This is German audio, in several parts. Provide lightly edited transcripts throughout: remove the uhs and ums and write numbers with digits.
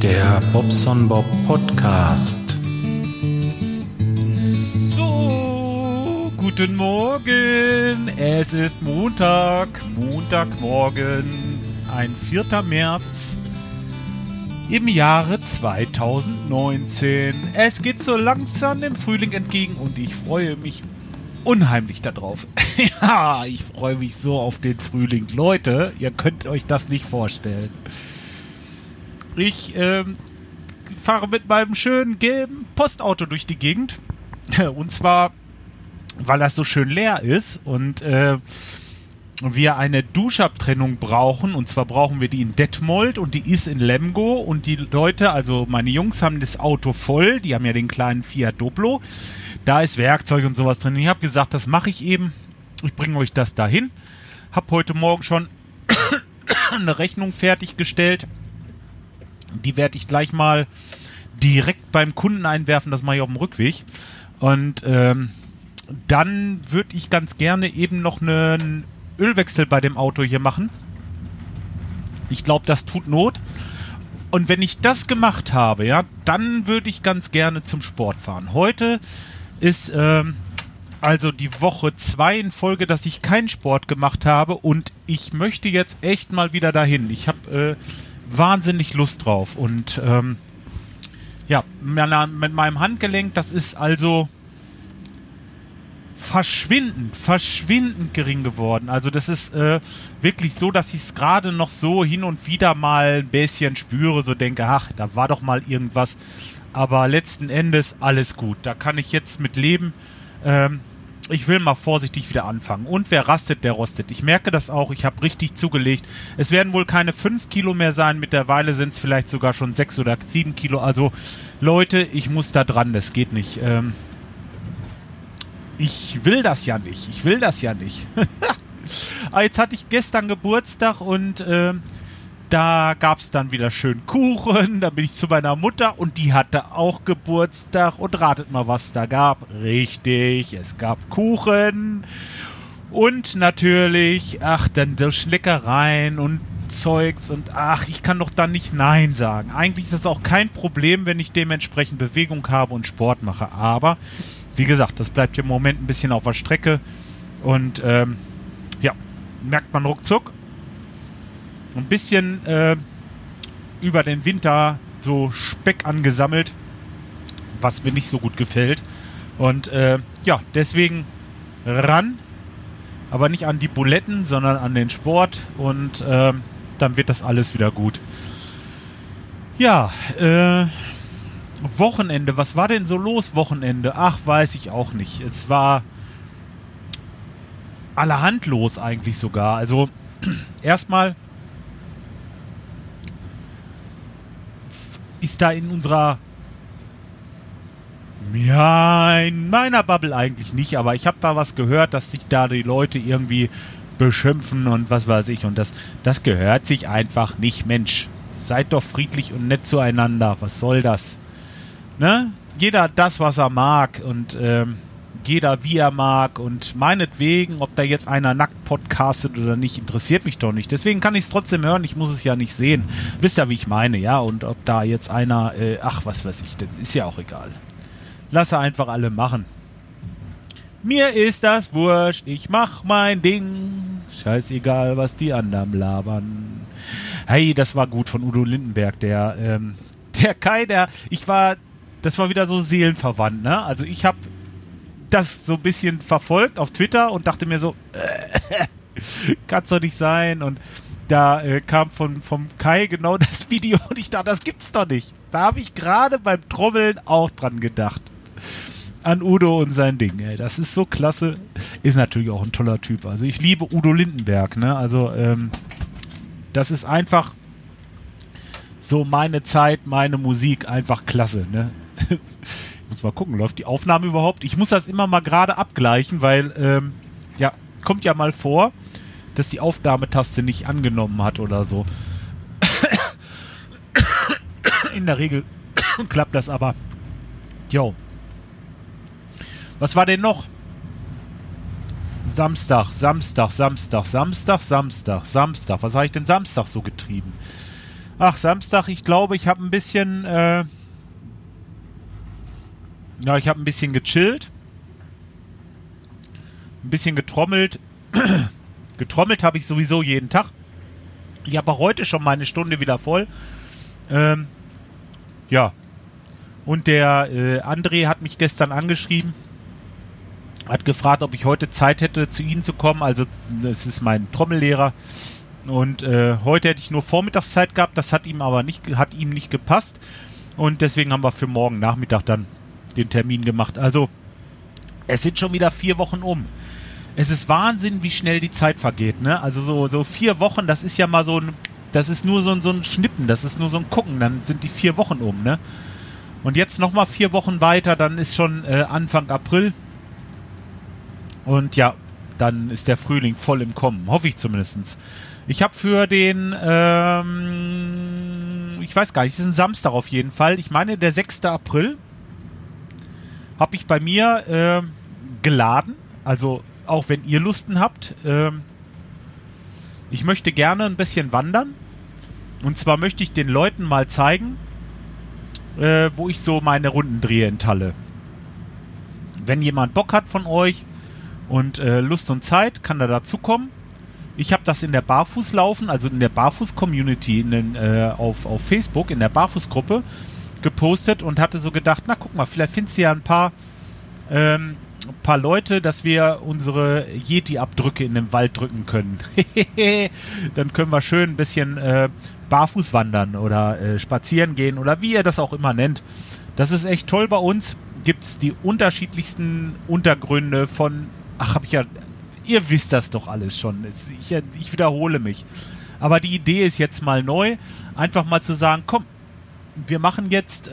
Der Bobson Bob Podcast. So, guten Morgen. Es ist Montagmorgen, ein 4. März im Jahre 2019. Es geht so langsam dem Frühling entgegen und ich freue mich unheimlich darauf. Ja, ich freue mich so auf den Frühling. Leute, ihr könnt euch das nicht vorstellen. Ich fahre mit meinem schönen gelben Postauto durch die Gegend. Und zwar, weil das so schön leer ist und wir eine Duschabtrennung brauchen. Und zwar brauchen wir die in Detmold und die ist in Lemgo. Und die Leute, also meine Jungs, haben das Auto voll. Die haben ja den kleinen Fiat Doblo. Da ist Werkzeug und sowas drin. Ich habe gesagt, das mache ich eben. Ich bringe euch das dahin. Habe heute Morgen schon eine Rechnung fertiggestellt. Die werde ich gleich mal direkt beim Kunden einwerfen. Das mache ich auf dem Rückweg. Und dann würde ich ganz gerne eben noch einen Ölwechsel bei dem Auto hier machen. Ich glaube, das tut Not. Und wenn ich das gemacht habe, ja, dann würde ich ganz gerne zum Sport fahren. Heute ist also die Woche 2 in Folge, dass ich keinen Sport gemacht habe und ich möchte jetzt echt mal wieder dahin. Ich habe wahnsinnig Lust drauf und ja, mit meinem Handgelenk, das ist also verschwindend gering geworden. Also das ist wirklich so, dass ich es gerade noch so hin und wieder mal ein bisschen spüre, so denke, ach, da war doch mal irgendwas. Aber letzten Endes alles gut. Da kann ich jetzt mit leben. Ich will mal vorsichtig wieder anfangen. Und wer rastet, der rostet. Ich merke das auch. Ich habe richtig zugelegt. Es werden wohl keine 5 Kilo mehr sein. Mittlerweile sind es vielleicht sogar schon 6 oder 7 Kilo. Also Leute, ich muss da dran. Das geht nicht. Ich will das ja nicht. Aber jetzt hatte ich gestern Geburtstag und da gab es dann wieder schön Kuchen. Da bin ich zu meiner Mutter und die hatte auch Geburtstag. Und ratet mal, was da gab. Richtig, es gab Kuchen. Und natürlich, dann Schleckereien und Zeugs. Und ich kann doch dann nicht Nein sagen. Eigentlich ist das auch kein Problem, wenn ich dementsprechend Bewegung habe und Sport mache. Aber, wie gesagt, das bleibt im Moment ein bisschen auf der Strecke. Und, ja, merkt man ruckzuck. Ein bisschen über den Winter so Speck angesammelt, was mir nicht so gut gefällt. Und ja, deswegen ran, aber nicht an die Buletten, sondern an den Sport und dann wird das alles wieder gut. Ja, Wochenende, was war denn so los Wochenende? Ach, weiß ich auch nicht. Es war allerhand los eigentlich sogar. Also erstmal ist da in meiner Bubble eigentlich nicht, aber ich habe da was gehört, dass sich da die Leute irgendwie beschimpfen und was weiß ich und das gehört sich einfach nicht, Mensch. Seid doch friedlich und nett zueinander, was soll das? Ne? Jeder hat das, was er mag und jeder wie er mag und meinetwegen, ob da jetzt einer nackt podcastet oder nicht, interessiert mich doch nicht. Deswegen kann ich es trotzdem hören, ich muss es ja nicht sehen. Wisst ihr, wie ich meine, ja? Und ob da jetzt einer, was weiß ich denn, ist ja auch egal. Lasse einfach alle machen. Mir ist das wurscht, ich mach mein Ding. Scheißegal, was die anderen labern. Hey, das war gut von Udo Lindenberg, der Kai, das war wieder so seelenverwandt, ne? Also ich habe das so ein bisschen verfolgt auf Twitter und dachte mir so, kann's doch nicht sein. Und da kam vom Kai genau das Video und ich dachte, das gibt's doch nicht. Da habe ich gerade beim Trommeln auch dran gedacht. An Udo und sein Ding. Ey. Das ist so klasse. Ist natürlich auch ein toller Typ. Also ich liebe Udo Lindenberg. Ne? Also das ist einfach so meine Zeit, meine Musik. Einfach klasse. Ne? Ich muss mal gucken, läuft die Aufnahme überhaupt? Ich muss das immer mal gerade abgleichen, weil, ja, kommt ja mal vor, dass die Aufnahmetaste nicht angenommen hat oder so. In der Regel klappt das aber. Jo. Was war denn noch? Samstag. Was habe ich denn Samstag so getrieben? Ach, Samstag, ich glaube, ich habe ein bisschen, ich habe ein bisschen gechillt, ein bisschen getrommelt. Getrommelt habe ich sowieso jeden Tag. Ich habe auch heute schon meine Stunde wieder voll. Ja. Und der André hat mich gestern angeschrieben, hat gefragt, ob ich heute Zeit hätte, zu Ihnen zu kommen. Also, das ist mein Trommellehrer. Und heute hätte ich nur Vormittagszeit gehabt, das hat ihm aber nicht gepasst. Und deswegen haben wir für morgen Nachmittag dann den Termin gemacht. Also, es sind schon wieder 4 Wochen um. Es ist Wahnsinn, wie schnell die Zeit vergeht, ne? Also so 4 Wochen, das ist ja mal das ist nur so ein Schnippen, das ist nur so ein Gucken, dann sind die 4 Wochen um, ne? Und jetzt nochmal 4 Wochen weiter, dann ist schon Anfang April. Und ja, dann ist der Frühling voll im Kommen, hoffe ich zumindest. Ich habe für den, ich weiß gar nicht, es ist ein Samstag auf jeden Fall. Ich meine, der 6. April habe ich bei mir geladen. Also, auch wenn ihr Lusten habt. Ich möchte gerne ein bisschen wandern. Und zwar möchte ich den Leuten mal zeigen, wo ich so meine Runden drehe in Talle. Wenn jemand Bock hat von euch und Lust und Zeit, kann er dazukommen. Ich habe das in der Barfußlaufen, also in der Barfuß-Community auf Facebook, in der Barfußgruppe gepostet und hatte so gedacht, na guck mal, vielleicht findest du ja ein paar Leute, dass wir unsere Yeti-Abdrücke in den Wald drücken können. Dann können wir schön ein bisschen barfuß wandern oder spazieren gehen oder wie ihr das auch immer nennt. Das ist echt toll bei uns. Gibt es die unterschiedlichsten Untergründe von, ihr wisst das doch alles schon. Ich wiederhole mich. Aber die Idee ist jetzt mal neu, einfach mal zu sagen, komm, wir machen jetzt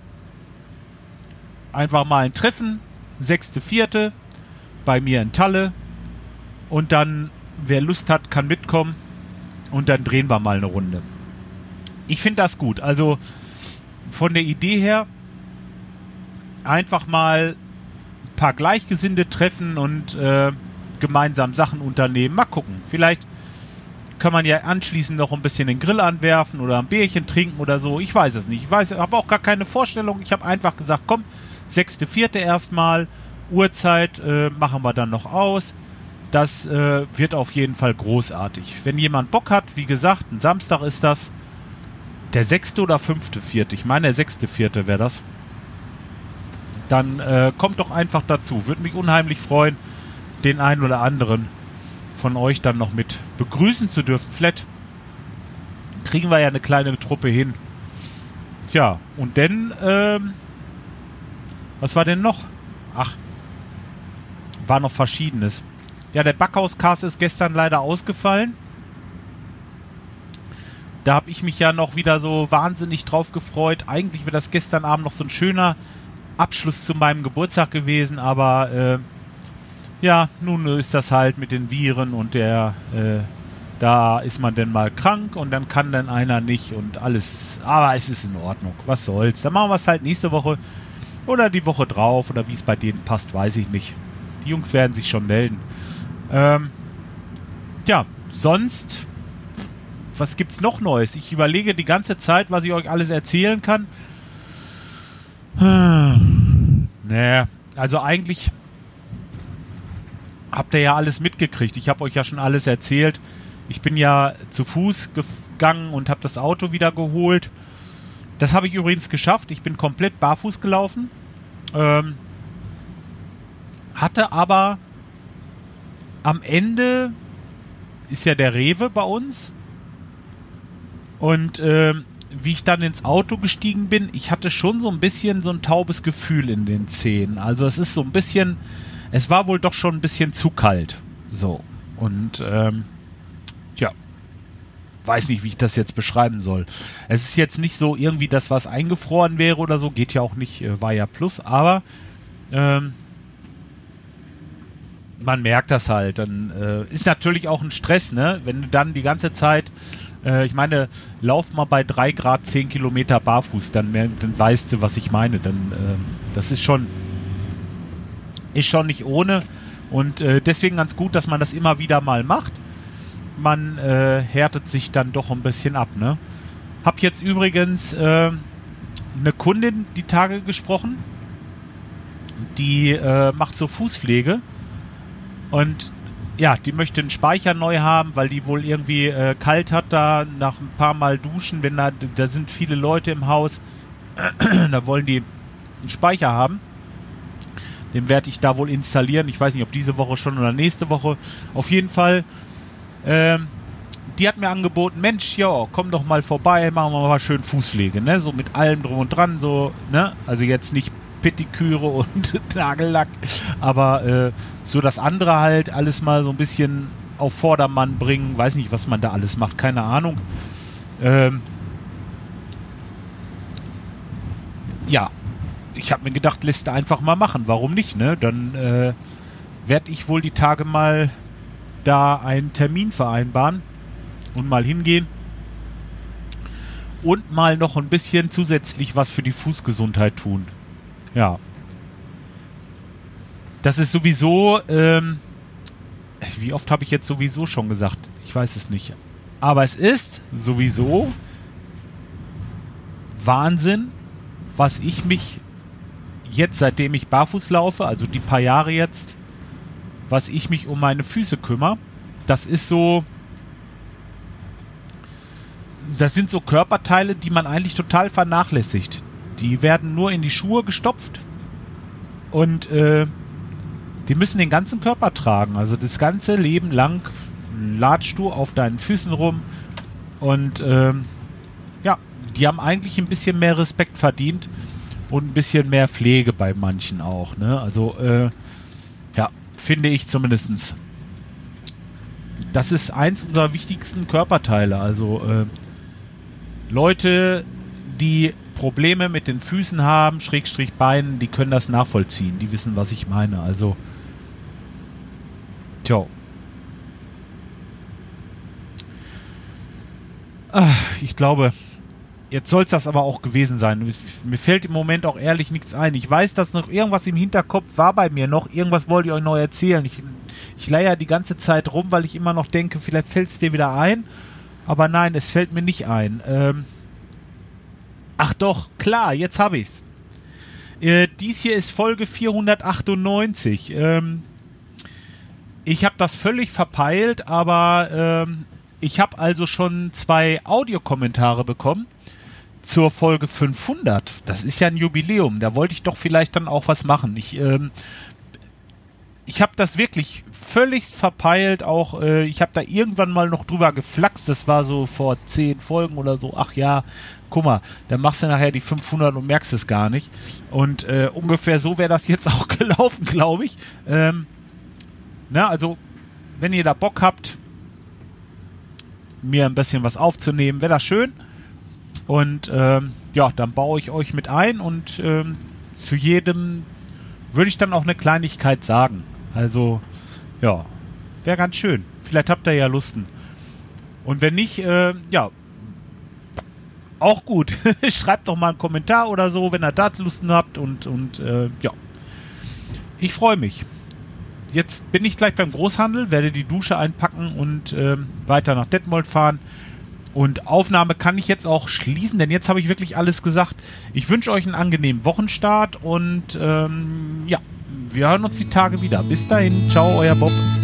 einfach mal ein Treffen, 6.4. bei mir in Talle und dann, wer Lust hat, kann mitkommen und dann drehen wir mal eine Runde. Ich finde das gut. Also von der Idee her einfach mal ein paar Gleichgesinnte treffen und gemeinsam Sachen unternehmen. Mal gucken. Vielleicht kann man ja anschließend noch ein bisschen den Grill anwerfen oder ein Bierchen trinken oder so. Ich weiß es nicht. Ich habe auch gar keine Vorstellung. Ich habe einfach gesagt, komm, 6.4. erstmal. Uhrzeit machen wir dann noch aus. Das wird auf jeden Fall großartig. Wenn jemand Bock hat, wie gesagt, ein Samstag ist das. Der 6. oder 5.4. Ich meine, der 6.4. wäre das. Dann kommt doch einfach dazu. Würde mich unheimlich freuen, den einen oder anderen von euch dann noch mit begrüßen zu dürfen. Vielleicht kriegen wir ja eine kleine Truppe hin. Tja, und dann, was war denn noch? Ach, war noch Verschiedenes. Ja, der Backhauscast ist gestern leider ausgefallen. Da habe ich mich ja noch wieder so wahnsinnig drauf gefreut. Eigentlich wäre das gestern Abend noch so ein schöner Abschluss zu meinem Geburtstag gewesen, aber ja, nun ist das halt mit den Viren und da ist man dann mal krank und dann kann dann einer nicht und alles, aber es ist in Ordnung, was soll's. Dann machen wir es halt nächste Woche oder die Woche drauf oder wie es bei denen passt, weiß ich nicht. Die Jungs werden sich schon melden. Ja, sonst, was gibt's noch Neues? Ich überlege die ganze Zeit, was ich euch alles erzählen kann. Naja, also eigentlich habt ihr ja alles mitgekriegt. Ich habe euch ja schon alles erzählt. Ich bin ja zu Fuß gegangen und habe das Auto wieder geholt. Das habe ich übrigens geschafft. Ich bin komplett barfuß gelaufen. Hatte aber am Ende ist ja der Rewe bei uns. Und wie ich dann ins Auto gestiegen bin, ich hatte schon so ein bisschen so ein taubes Gefühl in den Zehen. Also es ist so ein bisschen, es war wohl doch schon ein bisschen zu kalt. So. Und ja, weiß nicht, wie ich das jetzt beschreiben soll. Es ist jetzt nicht so irgendwie das, was eingefroren wäre oder so, geht ja auch nicht, war ja plus, aber man merkt das halt. Dann ist natürlich auch ein Stress, ne? Wenn du dann die ganze Zeit ich meine, lauf mal bei 3 Grad 10 Kilometer barfuß, dann weißt du, was ich meine. Dann, das ist schon nicht ohne und deswegen ganz gut, dass man das immer wieder mal macht. Man härtet sich dann doch ein bisschen ab, ne? Hab jetzt übrigens eine Kundin die Tage gesprochen, die macht so Fußpflege und ja, die möchte einen Speicher neu haben, weil die wohl irgendwie kalt hat da nach ein paar Mal duschen, wenn da sind viele Leute im Haus, da wollen die einen Speicher haben. Den werde ich da wohl installieren. Ich weiß nicht, ob diese Woche schon oder nächste Woche. Auf jeden Fall, die hat mir angeboten, Mensch, ja, komm doch mal vorbei, machen wir mal schön Fußpflege, ne? So mit allem drum und dran, so, ne? Also jetzt nicht Pediküre und Nagellack, aber so das andere halt alles mal so ein bisschen auf Vordermann bringen. Weiß nicht, was man da alles macht, keine Ahnung. Ja, ich habe mir gedacht, lässt du einfach mal machen. Warum nicht, ne? Dann werde ich wohl die Tage mal da einen Termin vereinbaren und mal hingehen und mal noch ein bisschen zusätzlich was für die Fußgesundheit tun. Ja. Das ist sowieso, wie oft habe ich jetzt sowieso schon gesagt? Ich weiß es nicht. Aber es ist sowieso Wahnsinn, was ich mich jetzt, seitdem ich barfuß laufe, also die paar Jahre jetzt, was ich mich um meine Füße kümmere. Das ist so, das sind so Körperteile, die man eigentlich total vernachlässigt. Die werden nur in die Schuhe gestopft und die müssen den ganzen Körper tragen. Also das ganze Leben lang latschst du auf deinen Füßen rum und ja, die haben eigentlich ein bisschen mehr Respekt verdient und ein bisschen mehr Pflege bei manchen auch, ne? Also ja, finde ich zumindestens. Das ist eins unserer wichtigsten Körperteile. Also Leute, die Probleme mit den Füßen haben, Schrägstrich Beinen, die können das nachvollziehen. Die wissen, was ich meine. Also, tja. Ich glaube, jetzt soll es das aber auch gewesen sein. Mir fällt im Moment auch ehrlich nichts ein. Ich weiß, dass noch irgendwas im Hinterkopf war bei mir noch. Irgendwas wollte ich euch noch erzählen. Ich leier die ganze Zeit rum, weil ich immer noch denke, vielleicht fällt es dir wieder ein. Aber nein, es fällt mir nicht ein. Ach doch, klar, jetzt habe ich's. Dies hier ist Folge 498. Ich habe das völlig verpeilt, aber ich habe also schon 2 Audiokommentare bekommen zur Folge 500. Das ist ja ein Jubiläum. Da wollte ich doch vielleicht dann auch was machen. Ich habe das wirklich völlig verpeilt. Auch ich habe da irgendwann mal noch drüber geflaxt. Das war so vor 10 Folgen oder so. Ach ja, guck mal, dann machst du nachher die 500 und merkst es gar nicht. Und ungefähr so wäre das jetzt auch gelaufen, glaube ich. Also, wenn ihr da Bock habt, mir ein bisschen was aufzunehmen, wäre das schön. Und ja, dann baue ich euch mit ein und zu jedem würde ich dann auch eine Kleinigkeit sagen. Also, ja, wäre ganz schön. Vielleicht habt ihr ja Lusten. Und wenn nicht, ja, auch gut. Schreibt doch mal einen Kommentar oder so, wenn ihr dazu Lusten habt. Und ja, ich freue mich. Jetzt bin ich gleich beim Großhandel, werde die Dusche einpacken und weiter nach Detmold fahren. Und Aufnahme kann ich jetzt auch schließen, denn jetzt habe ich wirklich alles gesagt. Ich wünsche euch einen angenehmen Wochenstart und ja, wir hören uns die Tage wieder. Bis dahin, ciao, euer Bob.